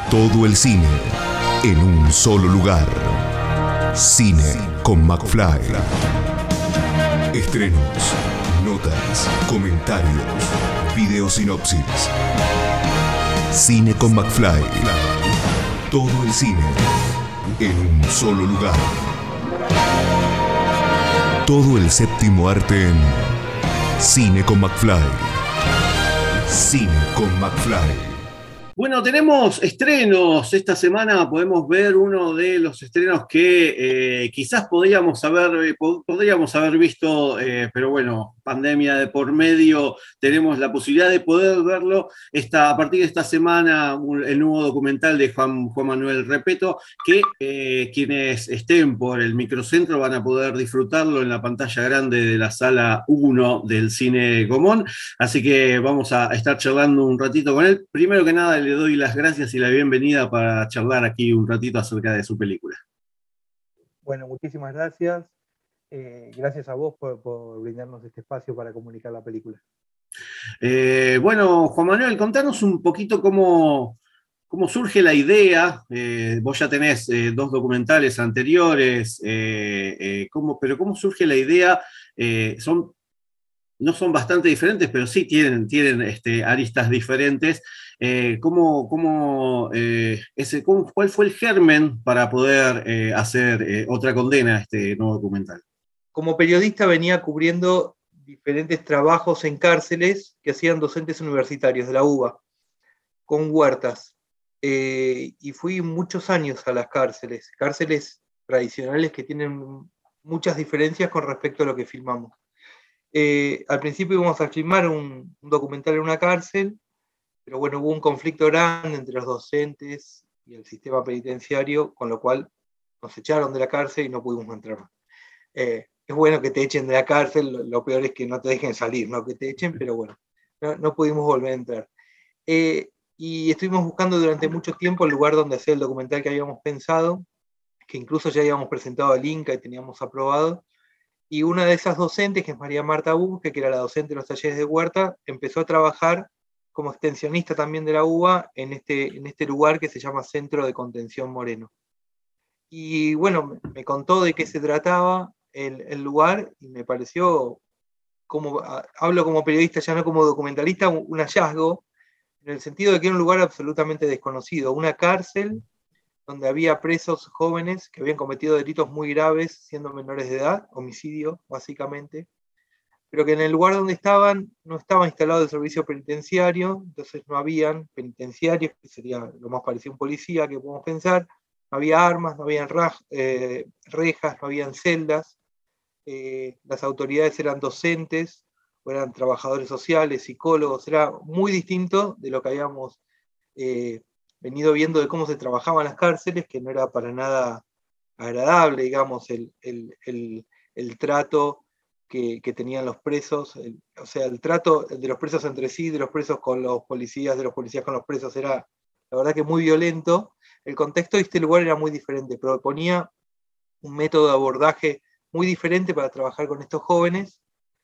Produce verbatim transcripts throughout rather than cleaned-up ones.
Todo el cine en un solo lugar. Cine con McFly. Estrenos, notas, comentarios, video sinopsis. Cine con McFly. Todo el cine en un solo lugar. Todo el séptimo arte en Cine con McFly. Cine con McFly. Bueno, tenemos estrenos. Esta semana podemos ver uno de los estrenos que eh, quizás podríamos haber, podríamos haber visto, eh, pero bueno, pandemia de por medio, tenemos la posibilidad de poder verlo. Esta, a partir de esta semana, un, el nuevo documental de Juan, Juan Manuel Repetto, que eh, quienes estén por el microcentro van a poder disfrutarlo en la pantalla grande de la sala uno del Cine Gomón. Así que vamos a estar charlando un ratito con él. Primero que nada, le doy las gracias y la bienvenida para charlar aquí un ratito acerca de su película. Bueno, muchísimas gracias. Eh, gracias a vos por, por brindarnos este espacio para comunicar la película. Eh, bueno, Juan Manuel, contanos un poquito cómo, cómo surge la idea. Eh, vos ya tenés eh, dos documentales anteriores, eh, eh, cómo, pero cómo surge la idea. Eh, son, no son bastante diferentes, pero sí tienen, tienen este, aristas diferentes. Eh, ¿cómo, cómo, eh, ese, cómo, ¿Cuál fue el germen para poder eh, hacer eh, Otra condena, este nuevo documental? Como periodista venía cubriendo diferentes trabajos en cárceles que hacían docentes universitarios de la U B A, con huertas. Eh, y fui muchos años a las cárceles, cárceles tradicionales que tienen muchas diferencias con respecto a lo que filmamos. Eh, al principio íbamos a filmar un, un documental en una cárcel, pero bueno, hubo un conflicto grande entre los docentes y el sistema penitenciario, con lo cual nos echaron de la cárcel y no pudimos entrar más. Eh, es bueno que te echen de la cárcel, lo, lo peor es que no te dejen salir, no que te echen, pero bueno, no, no pudimos volver a entrar. Eh, y estuvimos buscando durante mucho tiempo el lugar donde hacer el documental que habíamos pensado, que incluso ya habíamos presentado al Inca y teníamos aprobado, y una de esas docentes, que es María Marta Busque, que era la docente de los talleres de huerta, empezó a trabajar como extensionista también de la U B A en este, en este lugar que se llama Centro de Contención Moreno. Y bueno, me contó de qué se trataba el, el lugar y me pareció, como hablo como periodista, ya no como documentalista, un, un hallazgo, en el sentido de que era un lugar absolutamente desconocido, una cárcel donde había presos jóvenes que habían cometido delitos muy graves siendo menores de edad, homicidio básicamente, pero que en el lugar donde estaban no estaba instalado el servicio penitenciario, entonces no habían penitenciarios, que sería lo más parecido a un policía que podemos pensar, no había armas, no habían raj, eh, rejas, no habían celdas, eh, las autoridades eran docentes, o eran trabajadores sociales, psicólogos, era muy distinto de lo que habíamos eh, venido viendo de cómo se trabajaban las cárceles, que no era para nada agradable, digamos, el, el, el, el trato que, que tenían los presos, el, o sea, el trato de los presos entre sí, de los presos con los policías, de los policías con los presos, era la verdad que muy violento. El contexto de este lugar era muy diferente, proponía un método de abordaje muy diferente para trabajar con estos jóvenes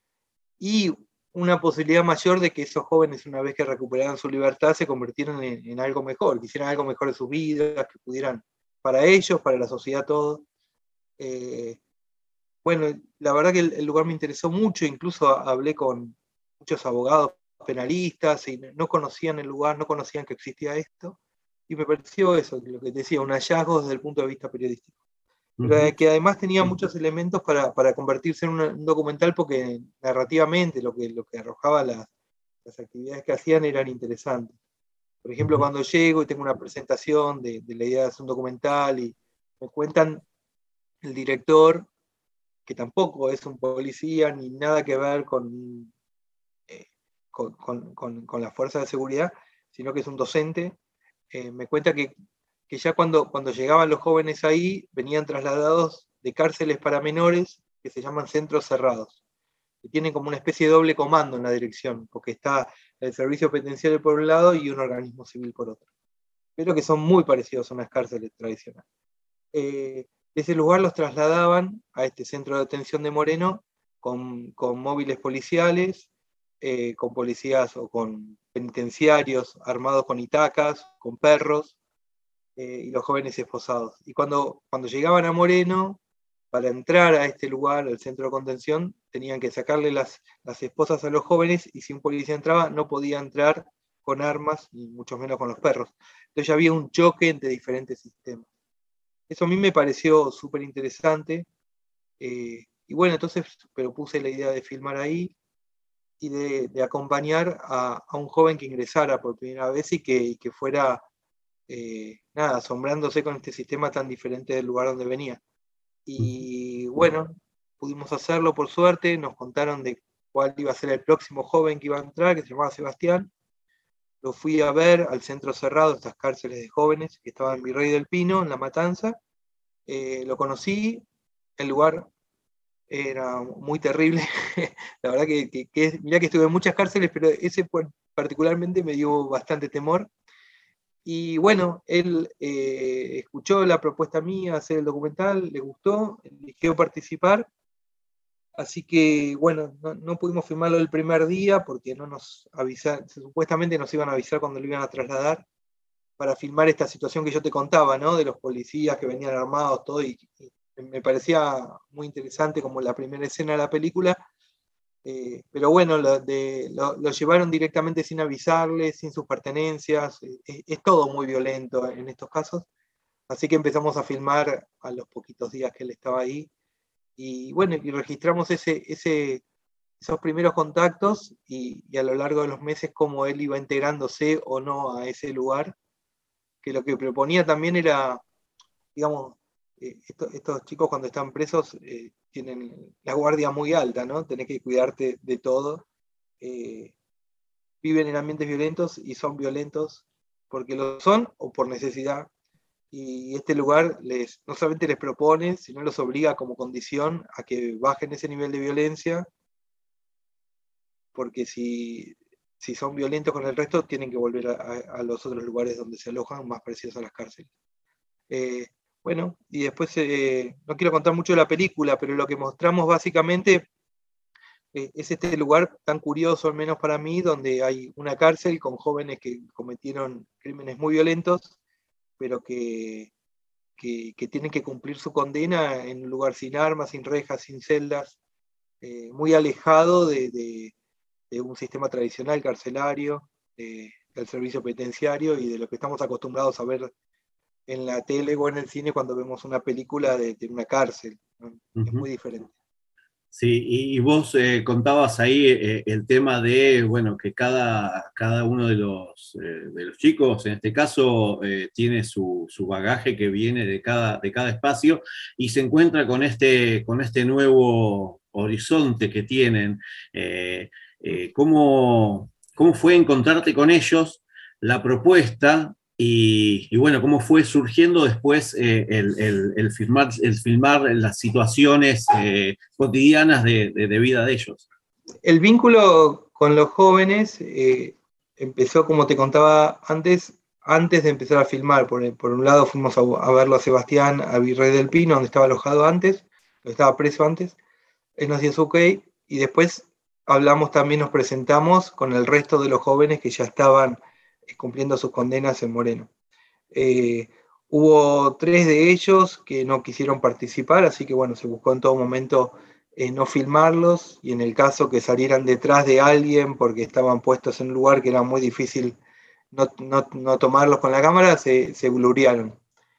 y una posibilidad mayor de que esos jóvenes, una vez que recuperaran su libertad, se convirtieran en, en algo mejor, que hicieran algo mejor de sus vidas, que pudieran, para ellos, para la sociedad, todo. Eh, bueno, la verdad que el, el lugar me interesó mucho, incluso hablé con muchos abogados penalistas y no conocían el lugar, no conocían que existía esto, y me pareció eso, lo que te decía, un hallazgo desde el punto de vista periodístico. Pero uh-huh. que además tenía muchos elementos para, para convertirse en un, un documental, porque narrativamente lo que, lo que arrojaba las, las actividades que hacían eran interesantes. Por ejemplo, uh-huh. cuando llego y tengo una presentación de, de la idea de hacer un documental y me cuentan el director, que tampoco es un policía ni nada que ver con, eh, con, con, con, con la fuerza de seguridad, sino que es un docente, eh, me cuenta que que ya cuando, cuando llegaban los jóvenes ahí, venían trasladados de cárceles para menores, que se llaman centros cerrados, que tienen como una especie de doble comando en la dirección, porque está el servicio penitenciario por un lado y un organismo civil por otro, pero que son muy parecidos a unas cárceles tradicionales. Eh, de ese lugar los trasladaban a este centro de detención de Moreno con, con móviles policiales, eh, con policías o con penitenciarios armados con itacas, con perros, eh, y los jóvenes esposados. Y cuando, cuando llegaban a Moreno, para entrar a este lugar, al centro de contención, tenían que sacarle las, las esposas a los jóvenes, y si un policía entraba, no podía entrar con armas, y mucho menos con los perros. Entonces ya había un choque entre diferentes sistemas. Eso a mí me pareció súper interesante. Eh, y bueno, entonces propuse la idea de filmar ahí y de, de acompañar a, a un joven que ingresara por primera vez y que, y que fuera, eh, nada, asombrándose con este sistema tan diferente del lugar donde venía. Y bueno, pudimos hacerlo por suerte, nos contaron de cuál iba a ser el próximo joven que iba a entrar, que se llamaba Sebastián. Lo fui a ver al centro cerrado, estas cárceles de jóvenes, que estaba en Virrey del Pino, en La Matanza. Eh, lo conocí, el lugar era muy terrible. La verdad que, que, que mirá que estuve en muchas cárceles, pero ese particularmente me dio bastante temor. Y bueno, él eh, escuchó la propuesta mía, hacer el documental, le gustó, eligió participar. Así que bueno, no, no pudimos filmarlo el primer día porque no nos avisaron, supuestamente nos iban a avisar cuando lo iban a trasladar para filmar esta situación que yo te contaba, ¿no? De los policías que venían armados, todo, y, y me parecía muy interesante como la primera escena de la película. Eh, pero bueno, lo, de, lo, lo llevaron directamente sin avisarles, sin sus pertenencias. Eh, es todo muy violento en estos casos. Así que empezamos a filmar a los poquitos días que él estaba ahí. Y bueno, y registramos ese, ese, esos primeros contactos y, y a lo largo de los meses cómo él iba integrándose o no a ese lugar, que lo que proponía también era, digamos, eh, esto, estos chicos cuando están presos eh, tienen la guardia muy alta, ¿no? Tenés que cuidarte de todo. Eh, viven en ambientes violentos y son violentos porque lo son o por necesidad. Y este lugar les, no solamente les propone, sino los obliga como condición a que bajen ese nivel de violencia, porque si, si son violentos con el resto, tienen que volver a, a los otros lugares donde se alojan, más parecidos a las cárceles. Eh, bueno, y después, eh, no quiero contar mucho de la película, pero lo que mostramos básicamente eh, es este lugar tan curioso, al menos para mí, donde hay una cárcel con jóvenes que cometieron crímenes muy violentos, pero que, que, que tienen que cumplir su condena en un lugar sin armas, sin rejas, sin celdas, eh, muy alejado de, de, de un sistema tradicional carcelario, de, del servicio penitenciario y de lo que estamos acostumbrados a ver en la tele o en el cine cuando vemos una película de, de una cárcel, ¿no? Uh-huh. Es muy diferente. Sí, y, y vos eh, contabas ahí eh, el tema de, bueno, que cada, cada uno de los, eh, de los chicos, en este caso, eh, tiene su, su bagaje que viene de cada, de cada espacio y se encuentra con este, con este nuevo horizonte que tienen. Eh, eh, ¿cómo, ¿Cómo fue encontrarte con ellos, la propuesta? Y, y bueno, cómo fue surgiendo después eh, el, el, el, filmar, el filmar las situaciones eh, cotidianas de, de, de vida de ellos. El vínculo con los jóvenes eh, empezó, como te contaba antes, antes de empezar a filmar. Por, por un lado fuimos a, a verlo a Sebastián, a Virrey del Pino, donde estaba alojado antes, donde estaba preso antes. Él nos dio su ok, y después hablamos también, nos presentamos con el resto de los jóvenes que ya estaban cumpliendo sus condenas en Moreno. Eh, hubo tres de ellos que no quisieron participar, así que bueno, se buscó en todo momento eh, no filmarlos, y en el caso que salieran detrás de alguien porque estaban puestos en un lugar que era muy difícil no, no, no tomarlos con la cámara, se, se blurearon.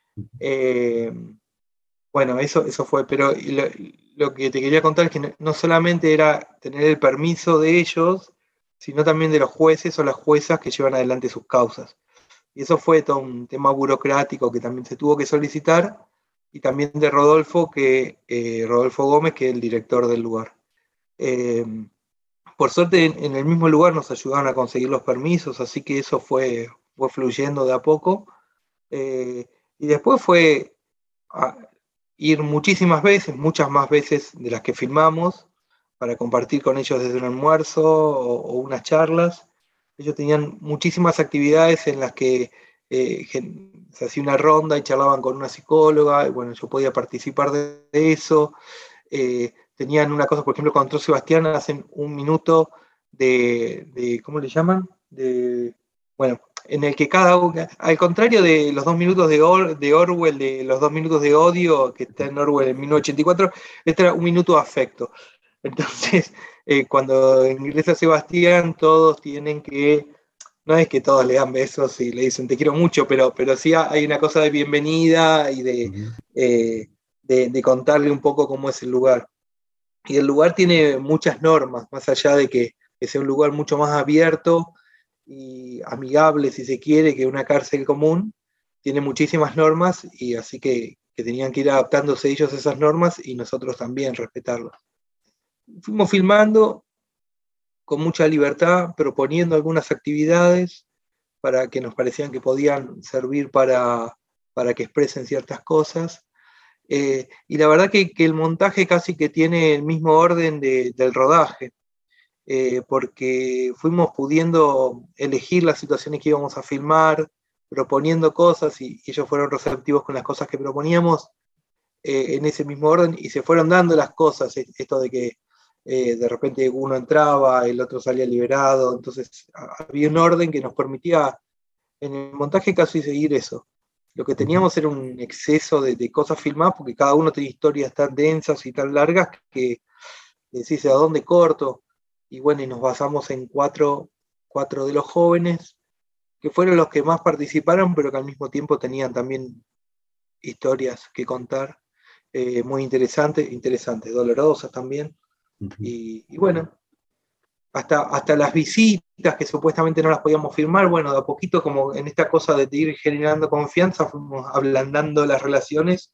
Eh, bueno, eso, eso fue, pero lo, lo que te quería contar es que no, no solamente era tener el permiso de ellos, sino también de los jueces o las juezas que llevan adelante sus causas. Y eso fue todo un tema burocrático que también se tuvo que solicitar, y también de Rodolfo, que, eh, Rodolfo Gómez, que es el director del lugar. Eh, por suerte, en, en el mismo lugar nos ayudaron a conseguir los permisos, así que eso fue, fue fluyendo de a poco. Eh, y después fue a ir muchísimas veces, muchas más veces de las que filmamos, para compartir con ellos desde un almuerzo o, o unas charlas. Ellos tenían muchísimas actividades en las que eh, se hacía una ronda y charlaban con una psicóloga, y bueno, yo podía participar de, de eso. Eh, tenían una cosa, por ejemplo, con entró Sebastián, hacen un minuto de, de ¿cómo le llaman? De, bueno, en el que cada uno, al contrario de los dos minutos de, Or, de Orwell, de los dos minutos de odio, que está en Orwell en mil novecientos ochenta y cuatro, este era un minuto de afecto. Entonces, eh, cuando ingresa Sebastián, todos tienen que, no es que todos le dan besos y le dicen te quiero mucho, pero, pero sí hay una cosa de bienvenida y de, uh-huh. eh, de, de contarle un poco cómo es el lugar. Y el lugar tiene muchas normas, más allá de que, que sea un lugar mucho más abierto y amigable, si se quiere, que una cárcel común, tiene muchísimas normas, y así que, que tenían que ir adaptándose ellos a esas normas y nosotros también respetarlas. Fuimos filmando con mucha libertad, proponiendo algunas actividades para que nos parecían que podían servir para, para que expresen ciertas cosas. Eh, y la verdad que, que el montaje casi que tiene el mismo orden de, del rodaje. Eh, porque fuimos pudiendo elegir las situaciones que íbamos a filmar, proponiendo cosas, y ellos fueron receptivos con las cosas que proponíamos eh, en ese mismo orden, y se fueron dando las cosas, esto de que eh, de repente uno entraba, el otro salía liberado, entonces había un orden que nos permitía en el montaje casi seguir eso. Lo que teníamos era un exceso de, de cosas filmadas, porque cada uno tenía historias tan densas y tan largas que decís, ¿a dónde corto? Y bueno, y nos basamos en cuatro, cuatro de los jóvenes, que fueron los que más participaron, pero que al mismo tiempo tenían también historias que contar, eh, muy interesantes, interesantes, dolorosas también. Uh-huh. Y, y bueno, hasta, hasta las visitas que supuestamente no las podíamos filmar, bueno, de a poquito, como en esta cosa de ir generando confianza, fuimos ablandando las relaciones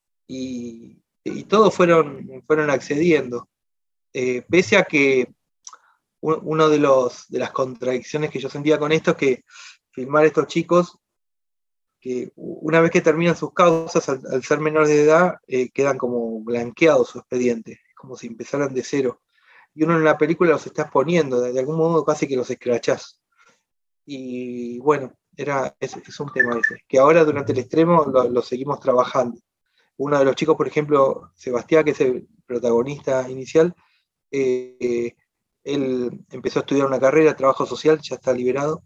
y, y todos fueron, fueron accediendo. Eh, pese a que una de, los, de las contradicciones que yo sentía con esto es que filmar a estos chicos, que una vez que terminan sus causas, al, al ser menores de edad, eh, quedan como blanqueados su expediente, es como si empezaran de cero. Y uno en la película los está exponiendo, de, de algún modo casi que los escrachás. Y bueno, era, es, es un tema ese, que ahora durante el extremo lo, lo seguimos trabajando. Uno de los chicos, por ejemplo, Sebastián, que es el protagonista inicial, eh, él empezó a estudiar una carrera, trabajo social, ya está liberado.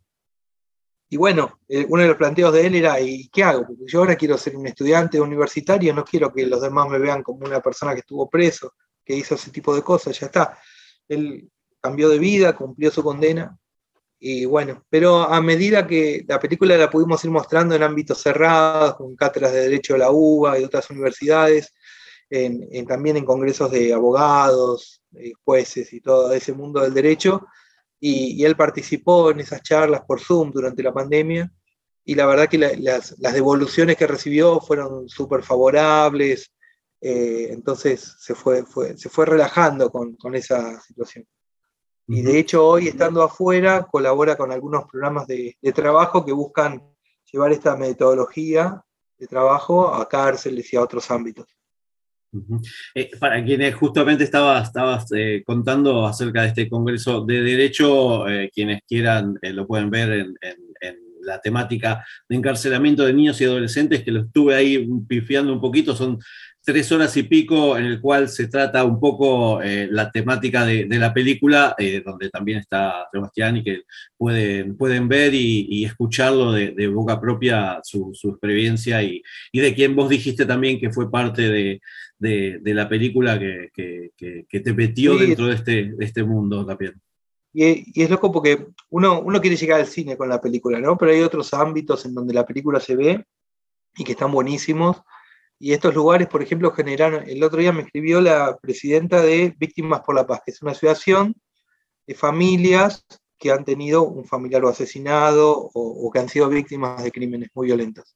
Y bueno, eh, uno de los planteos de él era, ¿y qué hago? Porque yo ahora quiero ser un estudiante universitario, no quiero que los demás me vean como una persona que estuvo preso, que hizo ese tipo de cosas, ya está. Él cambió de vida, cumplió su condena, y bueno, pero a medida que la película la pudimos ir mostrando en ámbitos cerrados, con cátedras de Derecho de la U B A y de otras universidades, En, en, también en congresos de abogados, eh, jueces y todo ese mundo del derecho, y, y él participó en esas charlas por Zoom durante la pandemia, y la verdad que la, las, las devoluciones que recibió fueron súper favorables, eh, entonces se fue, fue, se fue relajando con, con esa situación. Uh-huh. Y de hecho hoy, estando afuera, colabora con algunos programas de, de trabajo que buscan llevar esta metodología de trabajo a cárceles y a otros ámbitos. Uh-huh. Eh, para quienes justamente estabas, estabas eh, contando acerca de este Congreso de Derecho, eh, quienes quieran eh, lo pueden ver en, en, en la temática de encarcelamiento de niños y adolescentes, que lo estuve ahí pifiando un poquito, son tres horas y pico en el cual se trata un poco eh, la temática de, de la película, eh, donde también está Sebastián y que pueden, pueden ver y, y escucharlo de, de boca propia su, su experiencia y, y de quien vos dijiste también que fue parte de, de, de la película que, que, que, que te metió sí. dentro de este, de este mundo también. Y, y es loco porque uno, uno quiere llegar al cine con la película, ¿no? Pero hay otros ámbitos en donde la película se ve y que están buenísimos. Y estos lugares, por ejemplo, generaron, el otro día me escribió la presidenta de Víctimas por la Paz, que es una asociación de familias que han tenido un familiar o asesinado o, o que han sido víctimas de crímenes muy violentos.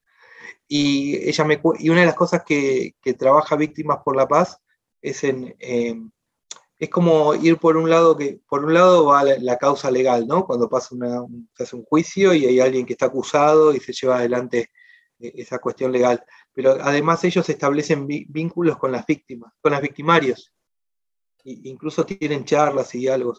Y, ella me, y una de las cosas que, que trabaja Víctimas por la Paz es en... Eh, es como ir por un lado, que por un lado va la, la causa legal, ¿no? Cuando pasa una, un, se hace un juicio y hay alguien que está acusado y se lleva adelante esa cuestión legal. Pero además ellos establecen vi, vínculos con las víctimas, con las victimarios. Y, incluso tienen charlas y diálogos.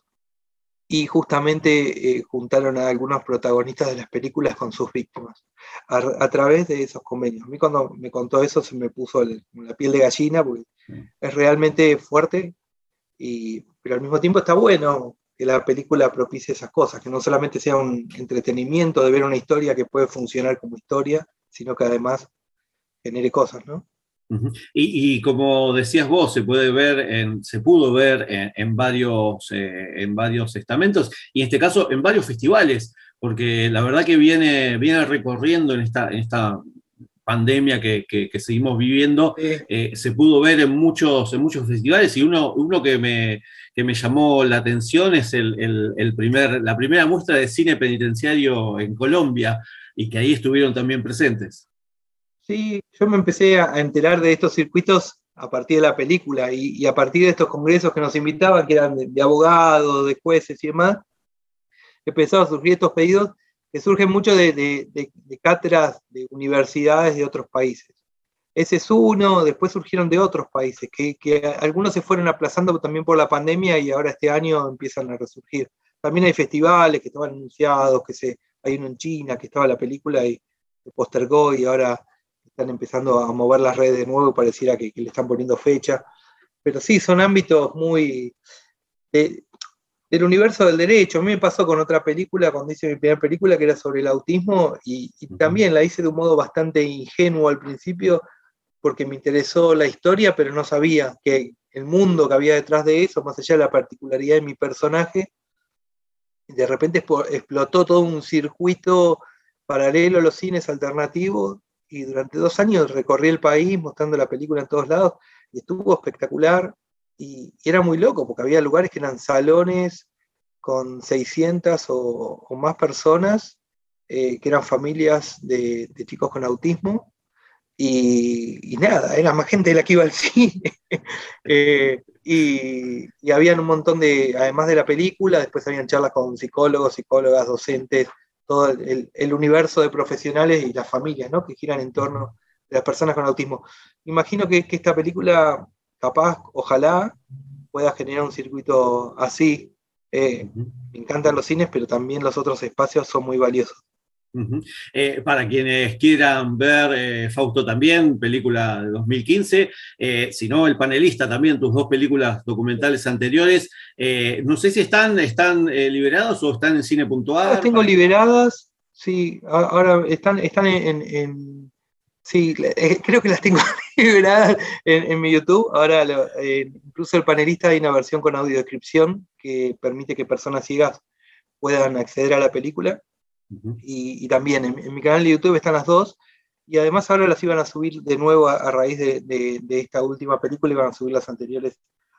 Y justamente eh, juntaron a algunos protagonistas de las películas con sus víctimas, a, a través de esos convenios. A mí cuando me contó eso se me puso el, la piel de gallina, porque es realmente fuerte. Y, pero al mismo tiempo está bueno, que la película propicie esas cosas, que no solamente sea un entretenimiento de ver una historia que puede funcionar como historia, sino que además genere cosas, ¿no? Uh-huh. Y, y como decías vos, se puede ver, en, se pudo ver en, en varios, eh, en varios estamentos, y en este caso en varios festivales, porque la verdad que viene, viene recorriendo en esta, en esta pandemia que, que, que seguimos viviendo, Sí. eh, se pudo ver en muchos, en muchos festivales, y uno, uno que, me, que me llamó la atención es el, el, el primer, la primera muestra de cine penitenciario en Colombia, y que ahí estuvieron también presentes. Sí, yo me empecé a enterar de estos circuitos a partir de la película y, y a partir de estos congresos que nos invitaban, que eran de, de abogados, de jueces y demás, empezaron a surgir estos pedidos que surgen mucho de, de, de, de cátedras de universidades de otros países. Ese es uno, después surgieron de otros países, que, que algunos se fueron aplazando también por la pandemia y ahora este año empiezan a resurgir. También hay festivales que estaban anunciados, que se, hay uno en China, que estaba la película y se postergó y ahora están empezando a mover las redes de nuevo, pareciera que, que le están poniendo fecha. Pero sí, son ámbitos muy de, del universo del derecho. A mí me pasó con otra película, cuando hice mi primera película, que era sobre el autismo, y, y también la hice de un modo bastante ingenuo al principio, porque me interesó la historia, pero no sabía que el mundo que había detrás de eso, más allá de la particularidad de mi personaje, de repente explotó todo un circuito paralelo a los cines alternativos, y durante dos años recorrí el país mostrando la película en todos lados, y estuvo espectacular, y, y era muy loco, porque había lugares que eran salones con seiscientas o, o más personas, eh, que eran familias de, de chicos con autismo, y, y nada, era más gente de la que iba al cine. eh, y, y habían un montón de, además de la película, después habían charlas con psicólogos, psicólogas, docentes, todo el, el universo de profesionales y las familias, ¿no?, que giran en torno de las personas con autismo. Imagino que, que esta película, capaz, ojalá, pueda generar un circuito así. Eh, me encantan los cines, pero también los otros espacios son muy valiosos. Uh-huh. Eh, para quienes quieran ver eh, Fausto también, película de dos mil quince, eh, si no, El Panelista también, tus dos películas documentales anteriores, eh, no sé si están, están eh, liberados o están en cine punto a r. Las tengo para... liberadas, sí, ahora están, están en, en sí, eh, creo que las tengo liberadas en, en mi YouTube. Ahora, lo, eh, incluso El Panelista, hay una versión con audiodescripción que permite que personas ciegas puedan acceder a la película. Uh-huh. y, y también en, en mi canal de YouTube están las dos, y además ahora las iban a subir de nuevo a, a raíz de, de, de esta última película, iban a subir las anteriores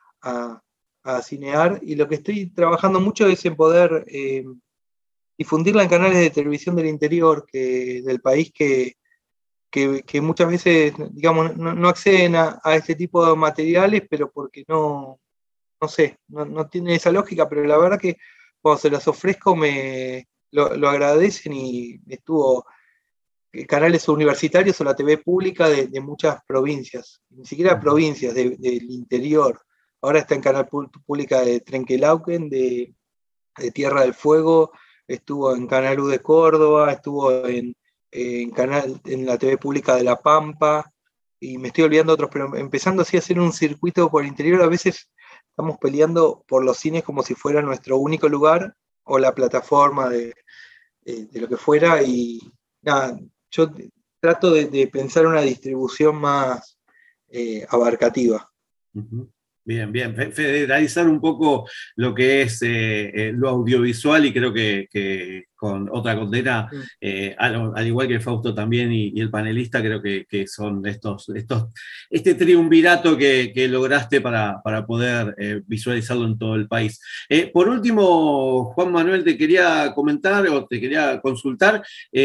a, a Cinear, y lo que estoy trabajando mucho es en poder eh, difundirla en canales de televisión del interior que, del país que, que, que muchas veces, digamos, no, no acceden a, a este tipo de materiales, pero porque no, no sé, no, no tiene esa lógica, pero la verdad que cuando se las ofrezco me Lo, lo agradecen, y estuvo canales universitarios o la T V pública de, de muchas provincias, ni siquiera provincias, de, del interior. Ahora está en canal pública de Trenquelauquen, de, de Tierra del Fuego, estuvo en Canal U de Córdoba, estuvo en, en, canal, en la T V pública de La Pampa, y me estoy olvidando otros, pero empezando así a hacer un circuito por el interior. A veces estamos peleando por los cines como si fuera nuestro único lugar, o la plataforma de, de, de lo que fuera, y nada, yo trato de, de pensar una distribución más eh, abarcativa. Uh-huh. Bien, bien, federalizar un poco lo que es eh, eh, lo audiovisual, y creo que, que con Otra Condena, eh, al, al igual que Fausto también y, y El Panelista, creo que, que son estos, estos, este triunvirato que, que lograste para, para poder eh, visualizarlo en todo el país. Eh, por último, Juan Manuel, te quería comentar o te quería consultar,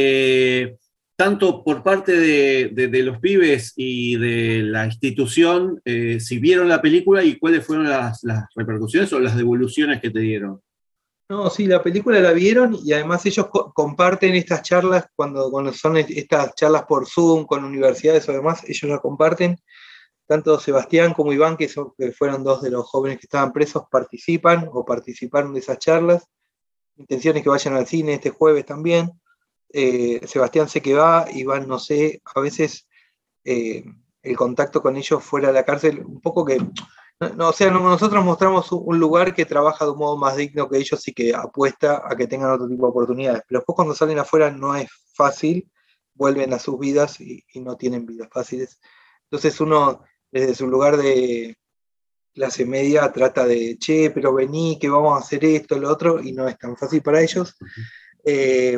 eh, tanto por parte de, de, de los pibes y de la institución, eh, si vieron la película y cuáles fueron las, las repercusiones o las devoluciones que te dieron. No, sí, la película la vieron, y además ellos co- comparten estas charlas, cuando, cuando son estas charlas por Zoom con universidades o demás, ellos la comparten. Tanto Sebastián como Iván, que, son, que fueron dos de los jóvenes que estaban presos, participan o participaron de esas charlas. Mi intención es que vayan al cine este jueves también. Eh, Sebastián sé que va, Iván no sé, a veces eh, el contacto con ellos fuera de la cárcel, un poco que No, o sea, no, nosotros mostramos un lugar que trabaja de un modo más digno que ellos y que apuesta a que tengan otro tipo de oportunidades. Pero después cuando salen afuera no es fácil, vuelven a sus vidas y, y no tienen vidas fáciles. Entonces uno, desde su lugar de clase media, trata de, che, pero vení, que vamos a hacer esto, lo otro, y no es tan fácil para ellos. Eh,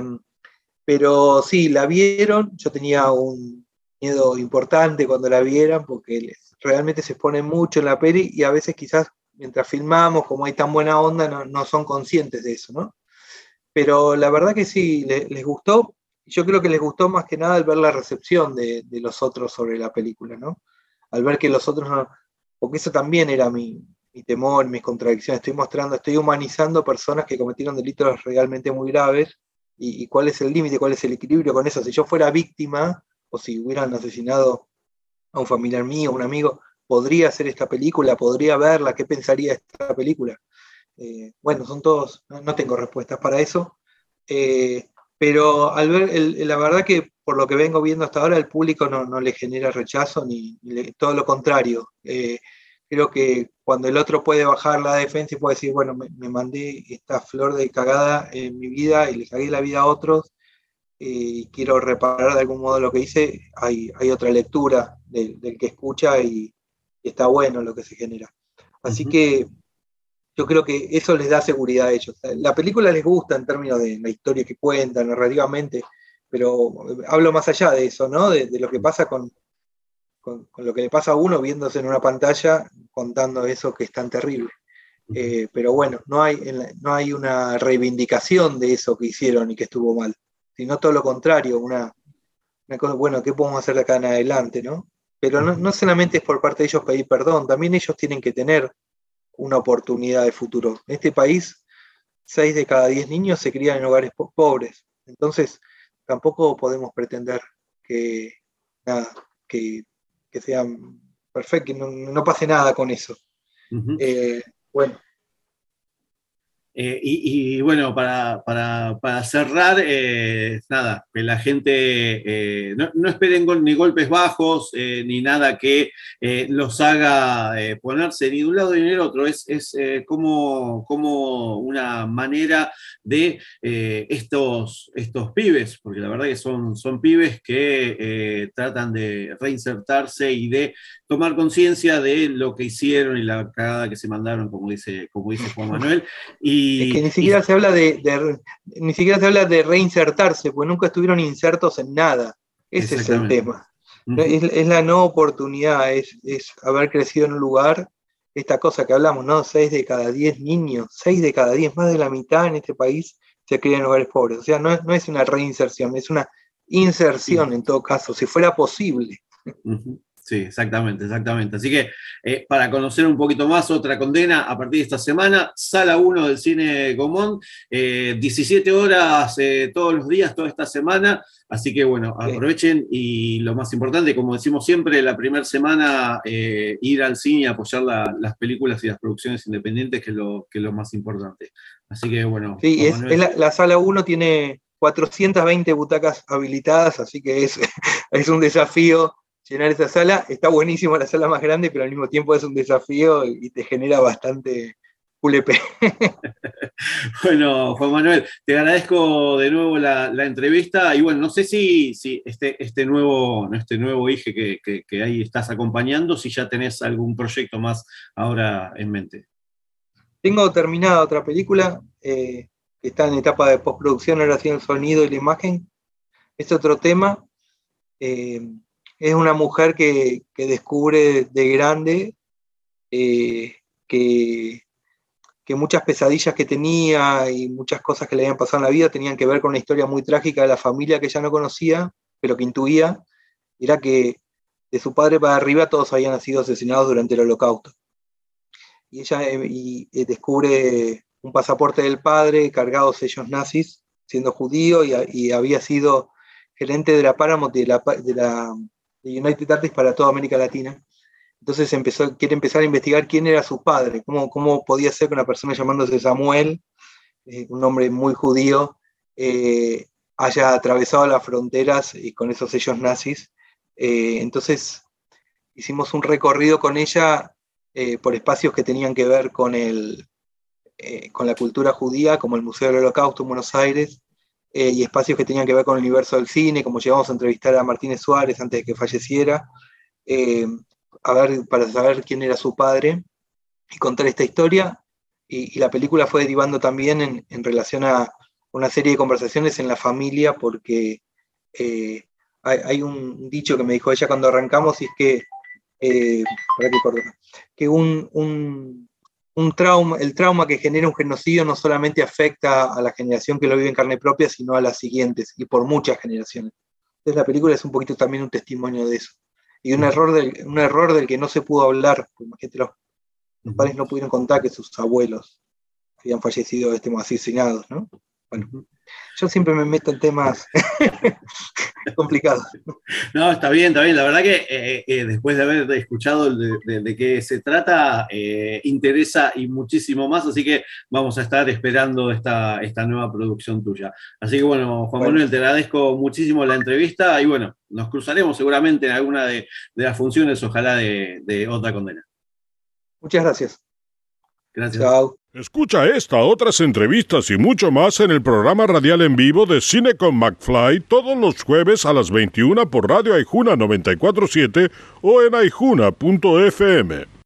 pero sí, la vieron, yo tenía un miedo importante cuando la vieran, porque les, realmente se exponen mucho en la peli y a veces quizás mientras filmamos, como hay tan buena onda, no, no son conscientes de eso, ¿no? Pero la verdad que sí, les, les gustó. Yo creo que les gustó más que nada al ver la recepción de, de los otros sobre la película, ¿no? Al ver que los otros no, porque eso también era mi, mi temor, mis contradicciones. Estoy mostrando, estoy humanizando personas que cometieron delitos realmente muy graves y, y cuál es el límite, cuál es el equilibrio con eso. Si yo fuera víctima o si hubieran asesinado a un familiar mío, un amigo, podría hacer esta película, podría verla, ¿qué pensaría de esta película? Eh, bueno, son todos, no, no tengo respuestas para eso, eh, pero al ver, el, la verdad que por lo que vengo viendo hasta ahora, el público no, no le genera rechazo, ni, ni le, todo lo contrario. Eh, creo que cuando el otro puede bajar la defensa y puede decir, bueno, me, me mandé esta flor de cagada en mi vida y le cagué la vida a otros, y quiero reparar de algún modo lo que hice, hay, hay otra lectura del, del que escucha y, y está bueno lo que se genera. Así uh-huh. que yo creo que eso les da seguridad a ellos. La película les gusta en términos de la historia que cuentan, narrativamente, pero hablo más allá de eso, ¿no? De, de lo que pasa con, con, con lo que le pasa a uno viéndose en una pantalla contando eso que es tan terrible. Eh, pero bueno, no hay, no hay una reivindicación de eso que hicieron y que estuvo mal, sino todo lo contrario, una, una cosa, bueno, ¿qué podemos hacer de acá en adelante, no? Pero no, no solamente es por parte de ellos pedir perdón, también ellos tienen que tener una oportunidad de futuro. En este país, seis de cada diez niños se crían en hogares po- pobres, entonces tampoco podemos pretender que, nada, que, que sean perfectos, que no, no pase nada con eso. Uh-huh. Eh, bueno. Eh, y, y bueno, para, para, para cerrar, eh, nada, que la gente eh, no, no esperen gol, ni golpes bajos, eh, ni nada que eh, los haga eh, ponerse ni de un lado ni del otro. Es, es eh, como, como una manera de eh, estos, estos pibes, porque la verdad que son, son pibes que eh, tratan de reinsertarse y de tomar conciencia de lo que hicieron y la cagada que se mandaron, como dice, como dice Juan Manuel. Y Es que ni siquiera y... se habla de, de ni siquiera se habla de reinsertarse, porque nunca estuvieron insertos en nada. Ese es el tema. Uh-huh. Es, es la no oportunidad, es, es haber crecido en un lugar, esta cosa que hablamos, ¿no? Seis de cada diez niños, seis de cada diez, más de la mitad en este país se crían en lugares pobres. O sea, no es, no es una reinserción, es una inserción uh-huh. en todo caso, si fuera posible. Uh-huh. Sí, exactamente, exactamente. Así que eh, para conocer un poquito más, Otra Condena a partir de esta semana, Sala uno del Cine Gaumont, eh, diecisiete horas eh, todos los días, toda esta semana. Así que bueno, aprovechen y lo más importante, como decimos siempre, la primera semana eh, ir al cine y apoyar la, las películas y las producciones independientes, que es lo, que es lo más importante. Así que bueno. Sí, es, es la, la Sala uno tiene cuatrocientas veinte butacas habilitadas, así que es, es un desafío llenar esa sala. Está buenísimo la sala más grande, pero al mismo tiempo es un desafío y te genera bastante culepe. Bueno, Juan Manuel, te agradezco de nuevo la, la entrevista y bueno, no sé si, si este, este nuevo, este nuevo hijo que, que, que ahí estás acompañando, si ya tenés algún proyecto más ahora en mente. Tengo terminada otra película eh, que está en etapa de postproducción, ahora sí el sonido y la imagen. Es otro tema. Eh, es una mujer que, que descubre de grande eh, que, que muchas pesadillas que tenía y muchas cosas que le habían pasado en la vida tenían que ver con una historia muy trágica de la familia que ella no conocía, pero que intuía, era que de su padre para arriba todos habían sido asesinados durante el Holocausto. Y ella eh, y, eh, descubre un pasaporte del padre cargado sellos nazis, siendo judío, y, y había sido gerente de la Paramount de la, de la de United Artists para toda América Latina. Entonces empezó, quiere empezar a investigar quién era su padre, cómo, cómo podía ser que una persona llamándose Samuel, eh, un hombre muy judío, eh, haya atravesado las fronteras y con esos sellos nazis. Eh, entonces hicimos un recorrido con ella eh, por espacios que tenían que ver con, el, eh, con la cultura judía, como el Museo del Holocausto en Buenos Aires, eh, y espacios que tenían que ver con el universo del cine, como llegamos a entrevistar a Martínez Suárez antes de que falleciera, eh, a ver, para saber quién era su padre y contar esta historia. Y, y la película fue derivando también en, en relación a una serie de conversaciones en la familia, porque eh, hay, hay un dicho que me dijo ella cuando arrancamos, y es que, eh, para que, corto, que un, un, un trauma, el trauma que genera un genocidio no solamente afecta a la generación que lo vive en carne propia, sino a las siguientes, y por muchas generaciones. Entonces la película es un poquito también un testimonio de eso. Y un error del, un error del que no se pudo hablar, porque imagínate, los, los padres no pudieron contar que sus abuelos habían fallecido asesinados, ¿no? Bueno, yo siempre me meto en temas complicados. No, está bien, está bien. La verdad que eh, eh, después de haber escuchado de, de, de qué se trata, eh, interesa y muchísimo más, así que vamos a estar esperando esta, esta nueva producción tuya. Así que bueno, Juan bueno. Manuel, te agradezco muchísimo la entrevista y bueno, nos cruzaremos seguramente en alguna de, de las funciones, ojalá de, de Otra Condena. Muchas gracias. Gracias. Chao. Escucha esta, otras entrevistas y mucho más en el programa radial en vivo de Cine con McFly todos los jueves a las veintiuna por Radio Aijuna noventa y cuatro punto siete o en aijuna punto f m.